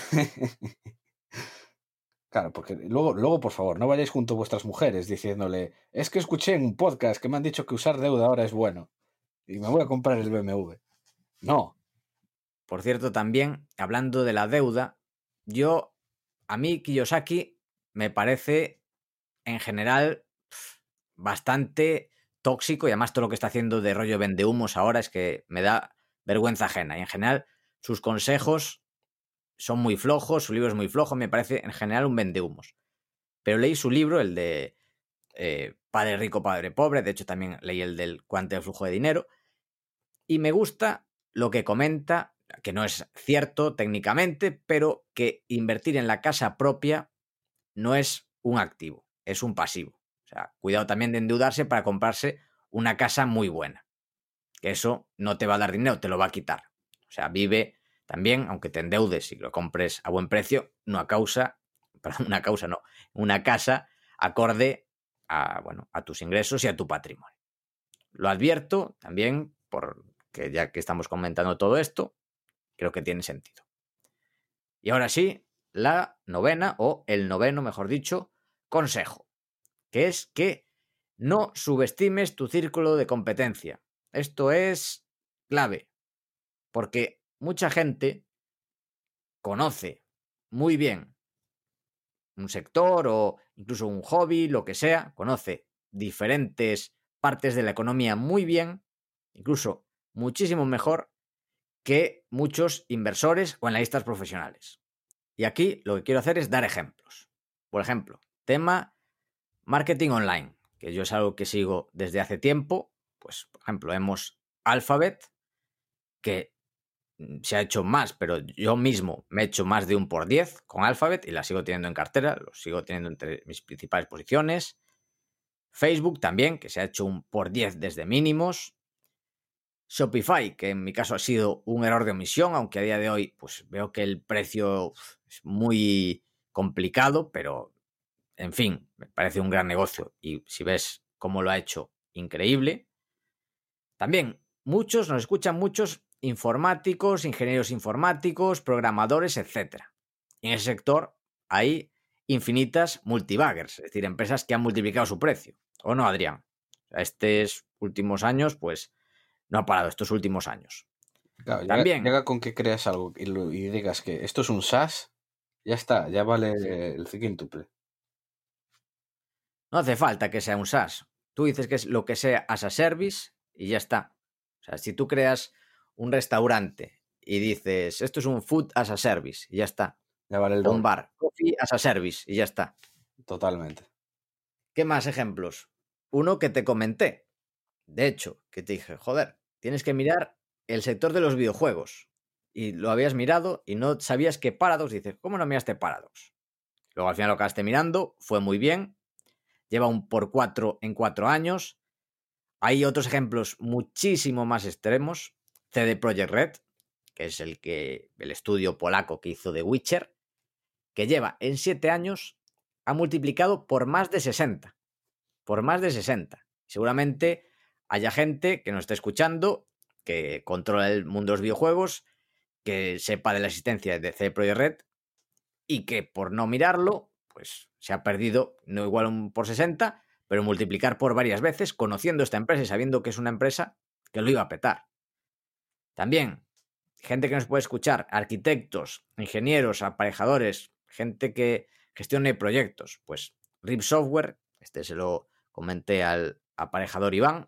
Claro, porque luego, luego, por favor, no vayáis junto a vuestras mujeres diciéndole, es que escuché en un podcast que me han dicho que usar deuda ahora es bueno y me voy a comprar el B M W. No. Por cierto, también, hablando de la deuda, yo, a mí Kiyosaki me parece, en general, bastante tóxico, y además todo lo que está haciendo de rollo vendehumos ahora es que me da vergüenza ajena. Y en general, sus consejos son muy flojos, su libro es muy flojo, me parece en general un vendehumos. Pero leí su libro, el de eh, Padre Rico, Padre Pobre, de hecho también leí el del Cuánto de Flujo de Dinero, y me gusta lo que comenta, que no es cierto técnicamente, pero que invertir en la casa propia no es un activo, es un pasivo. O sea, cuidado también de endeudarse para comprarse una casa muy buena, que eso no te va a dar dinero, te lo va a quitar. O sea, vive también, aunque te endeudes y lo compres a buen precio, no a causa, perdón, una causa no, una casa acorde a, bueno, a tus ingresos y a tu patrimonio. Lo advierto también porque ya que estamos comentando todo esto, creo que tiene sentido. Y ahora sí, la novena, o el noveno, mejor dicho, consejo, que es que no subestimes tu círculo de competencia. Esto es clave, porque mucha gente conoce muy bien un sector o incluso un hobby, lo que sea, conoce diferentes partes de la economía muy bien, incluso muchísimo mejor que muchos inversores o analistas profesionales. Y aquí lo que quiero hacer es dar ejemplos. Por ejemplo, tema marketing online, que yo es algo que sigo desde hace tiempo. Pues, por ejemplo, hemos Alphabet, que se ha hecho más, pero yo mismo me he hecho más de un por diez con Alphabet y la sigo teniendo en cartera, lo sigo teniendo entre mis principales posiciones. Facebook también, que se ha hecho un por diez desde mínimos. Shopify, que en mi caso ha sido un error de omisión, aunque a día de hoy pues veo que el precio es muy complicado, pero en fin, me parece un gran negocio. Y si ves cómo lo ha hecho, increíble. También muchos, nos escuchan muchos informáticos, ingenieros informáticos, programadores, etcétera. Y en ese sector hay infinitas multibaggers, es decir, empresas que han multiplicado su precio. ¿O no, Adrián? Estos últimos años, pues, no ha parado estos últimos años. Claro, También, llega, llega con que creas algo y, lo, y digas que esto es un SaaS, ya está, ya vale sí, el quíntuple. no hace falta que sea un SaaS. Tú dices que es lo que sea as a service y ya está. O sea, si tú creas un restaurante y dices, esto es un food as a service y ya está. Ya vale el O un doble. bar, coffee as a service y ya está. Totalmente. ¿Qué más ejemplos? Uno que te comenté. De hecho, que te dije, joder, tienes que mirar el sector de los videojuegos. Y lo habías mirado y no sabías que Paradox. Dices, ¿cómo no miraste Paradox? Luego al final lo acabaste mirando, fue muy bien. Lleva un por cuatro en cuatro años. Hay otros ejemplos muchísimo más extremos. C D Projekt Red, que es el, que, el estudio polaco que hizo The Witcher, que lleva en siete años, ha multiplicado por más de sesenta. Por más de sesenta. Seguramente haya gente que nos esté escuchando, que controla el mundo de los videojuegos, que sepa de la existencia de C D Projekt Red y que por no mirarlo, pues se ha perdido, no igual un por sesenta, pero multiplicar por varias veces, conociendo esta empresa y sabiendo que es una empresa que lo iba a petar. También, gente que nos puede escuchar, arquitectos, ingenieros, aparejadores, gente que gestione proyectos, pues R I B Software, este se lo comenté al aparejador Iván,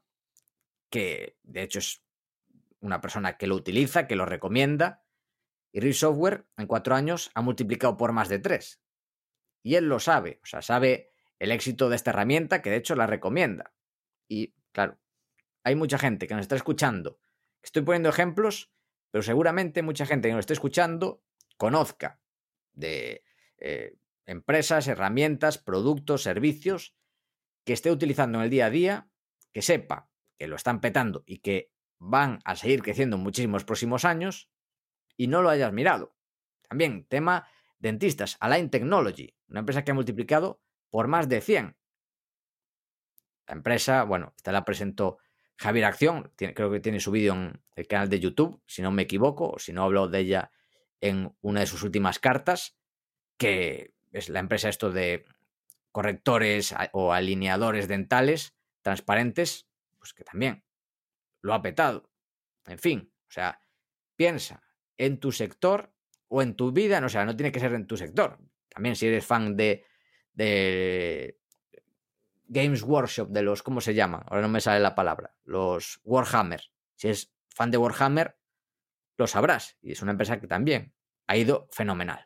que de hecho es una persona que lo utiliza, que lo recomienda, y R I B Software en cuatro años ha multiplicado por más de tres. Y él lo sabe, o sea, sabe el éxito de esta herramienta, que de hecho la recomienda. Y claro, hay mucha gente que nos está escuchando. Estoy poniendo ejemplos, pero seguramente mucha gente que nos esté escuchando conozca de eh, empresas, herramientas, productos, servicios que esté utilizando en el día a día, que sepa que lo están petando y que van a seguir creciendo en muchísimos próximos años y no lo hayas mirado. También, tema dentistas, Align Technology, una empresa que ha multiplicado por más de cien. La empresa, bueno, esta la presentó Javier Acción, tiene, creo que tiene su vídeo en el canal de YouTube, si no me equivoco, o si no hablo de ella en una de sus últimas cartas, que es la empresa esto de correctores o alineadores dentales transparentes, pues que también lo ha petado. En fin, o sea, piensa en tu sector o en tu vida, no, o sea, no tiene que ser en tu sector. También si eres fan de, de Games Workshop, de los, ¿cómo se llama? Ahora no me sale la palabra. Los Warhammer. Si eres fan de Warhammer, lo sabrás. Y es una empresa que también ha ido fenomenal.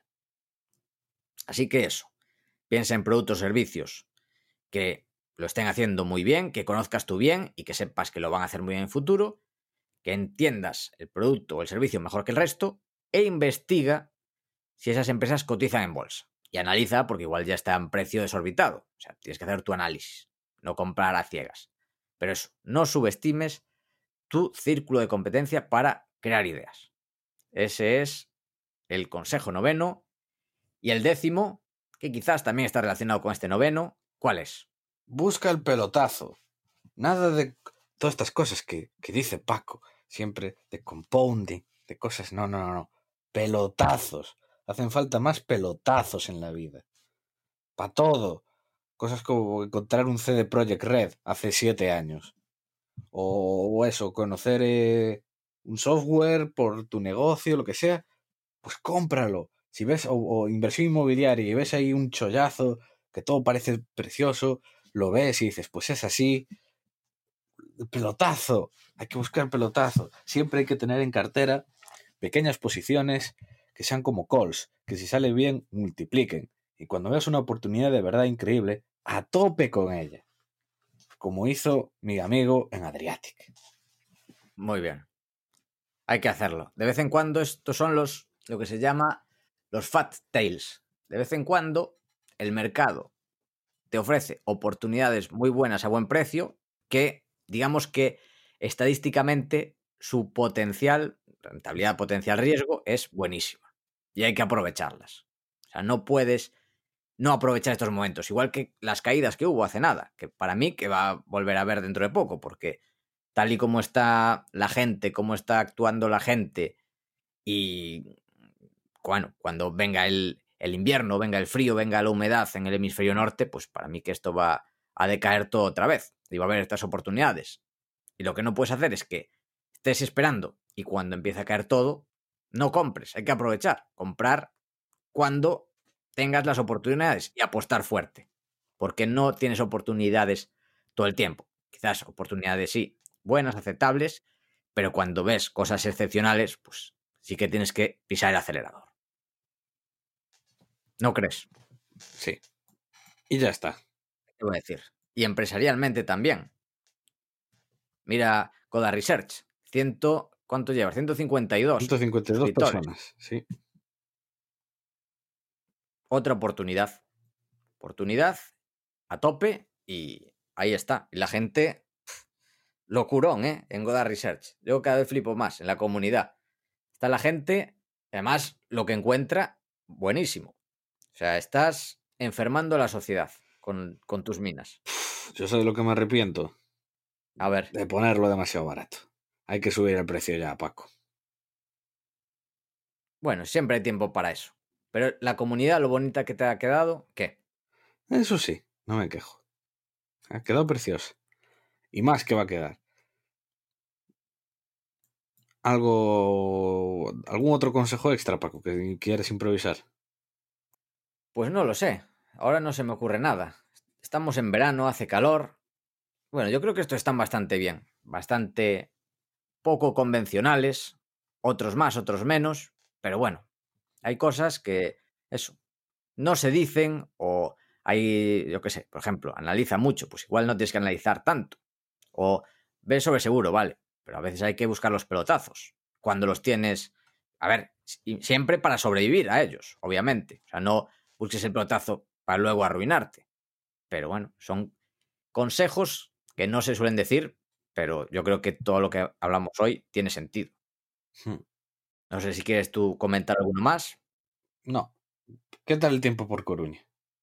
Así que eso. Piensa en productos o servicios que lo estén haciendo muy bien, que conozcas tú bien y que sepas que lo van a hacer muy bien en el futuro, que entiendas el producto o el servicio mejor que el resto e investiga si esas empresas cotizan en bolsa. Y analiza, porque igual ya está en precio desorbitado. O sea, tienes que hacer tu análisis, no comprar a ciegas. Pero eso, no subestimes tu círculo de competencia para crear ideas. Ese es el consejo noveno. Y el décimo, que quizás también está relacionado con este noveno, ¿cuál es? Busca el pelotazo. Nada de todas estas cosas que, que dice Paco, siempre de compounding, de cosas, no, no, no, no. Pelotazos. Hacen falta más pelotazos en la vida. Para todo. Cosas como encontrar un C D Projekt Red hace siete años. O, o eso, conocer eh, un software por tu negocio, lo que sea. Pues cómpralo. Si ves, o, o inversión inmobiliaria y ves ahí un chollazo que todo parece precioso, lo ves y dices, pues es así. El pelotazo. Hay que buscar pelotazo. Siempre hay que tener en cartera pequeñas posiciones que sean como calls, que si sale bien, multipliquen. Y cuando veas una oportunidad de verdad increíble, a tope con ella. Como hizo mi amigo en Adriatic. Muy bien. Hay que hacerlo. De vez en cuando estos son los, lo que se llama los fat tails. De vez en cuando el mercado te ofrece oportunidades muy buenas a buen precio que, digamos que estadísticamente su potencial, rentabilidad, potencial riesgo es buenísima y hay que aprovecharlas. O sea, no puedes no aprovechar estos momentos. Igual que las caídas que hubo hace nada, que para mí que va a volver a ver dentro de poco, porque tal y como está la gente, cómo está actuando la gente, y bueno, cuando venga el, el invierno, venga el frío, venga la humedad en el hemisferio norte, pues para mí que esto va a decaer todo otra vez y va a haber estas oportunidades. Y lo que no puedes hacer es que estés esperando y cuando empiece a caer todo, no compres, hay que aprovechar, comprar cuando tengas las oportunidades y apostar fuerte, porque no tienes oportunidades todo el tiempo. Quizás oportunidades sí, buenas, aceptables, pero cuando ves cosas excepcionales, pues sí que tienes que pisar el acelerador. ¿No crees? Sí. Y ya está. ¿Qué voy a decir? Y empresarialmente también. Mira Coda Research. Ciento, ¿cuánto llevas? ciento cincuenta y dos. ciento cincuenta y dos personas, sí. Otra oportunidad. Oportunidad a tope y ahí está. Y la gente, pff, locurón, ¿eh? En Goda Research. Yo cada vez flipo más en la comunidad. Está la gente, además, lo que encuentra, buenísimo. O sea, estás enfermando a la sociedad con, con tus minas. Yo sé de lo que me arrepiento. A ver. De ponerlo demasiado barato. Hay que subir el precio ya, Paco. Bueno, siempre hay tiempo para eso. Pero la comunidad, lo bonita que te ha quedado, ¿qué? Eso sí, no me quejo. Ha quedado preciosa. Y más que va a quedar. Algo... ¿Algún otro consejo extra, Paco, que quieres improvisar? Pues no lo sé. Ahora no se me ocurre nada. Estamos en verano, hace calor. Bueno, yo creo que estos están bastante bien. Bastante poco convencionales. Otros más, otros menos. Pero bueno, hay cosas que, eso, no se dicen o hay, yo qué sé, por ejemplo, analiza mucho. Pues igual no tienes que analizar tanto. O ves sobre seguro, vale. Pero a veces hay que buscar los pelotazos. Cuando los tienes, a ver, siempre para sobrevivir a ellos, obviamente. O sea, no busques el pelotazo para luego arruinarte. Pero bueno, son consejos que no se suelen decir, pero yo creo que todo lo que hablamos hoy tiene sentido. Hmm. No sé si quieres tú comentar alguno más. No. ¿Qué tal el tiempo por Coruña?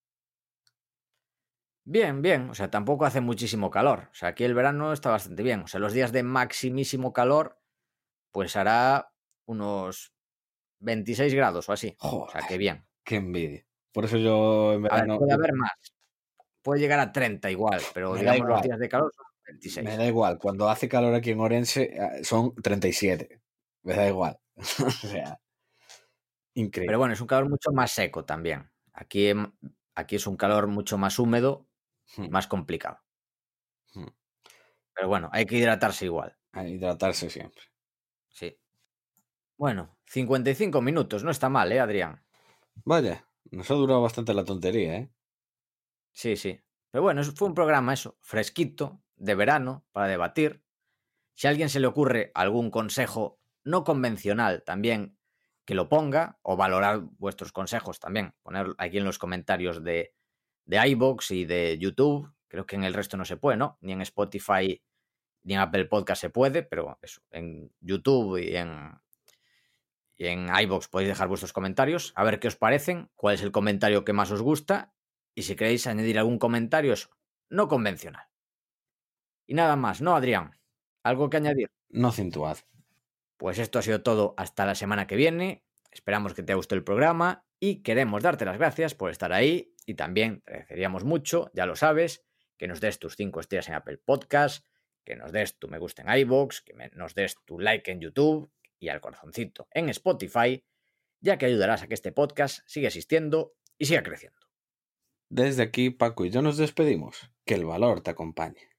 Bien, bien. O sea, tampoco hace muchísimo calor. O sea, aquí el verano está bastante bien. O sea, los días de maximísimo calor, pues hará unos veintiséis grados o así. Joder, o sea, que bien. Qué envidia. Por eso yo en A ver, verano... puede haber más. Puede llegar a treinta igual, pero Me da digamos los igual. días de calor son veintiséis. Me da igual. Cuando hace calor aquí en Orense son treinta y siete. Me da igual. O sea, increíble. Pero bueno, es un calor mucho más seco también. Aquí, aquí es un calor mucho más húmedo y Hmm. más complicado. Hmm. Pero bueno, hay que hidratarse igual. A hidratarse siempre. Sí. Bueno, cincuenta y cinco minutos. No está mal, ¿eh, Adrián? Vaya, nos ha durado bastante la tontería, ¿eh? Sí, sí. Pero bueno, fue un programa eso, fresquito, de verano, para debatir. Si a alguien se le ocurre algún consejo no convencional también, que lo ponga, o valorar vuestros consejos también. Poner aquí en los comentarios de, de iVoox y de YouTube. Creo que en el resto no se puede, ¿no? Ni en Spotify ni en Apple Podcast se puede, pero eso, en YouTube y en, y en iVoox podéis dejar vuestros comentarios, a ver qué os parecen, cuál es el comentario que más os gusta y si queréis añadir algún comentario, eso, no convencional. Y nada más, ¿no, Adrián? ¿Algo que añadir? No cintuad. Pues esto ha sido todo hasta la semana que viene. Esperamos que te guste el programa y queremos darte las gracias por estar ahí y también te agradeceríamos mucho, ya lo sabes, que nos des tus cinco estrellas en Apple Podcast, que nos des tu me gusta en iVoox, que nos des tu like en YouTube y al corazoncito en Spotify, ya que ayudarás a que este podcast siga existiendo y siga creciendo. Desde aquí, Paco y yo nos despedimos. Que el valor te acompañe.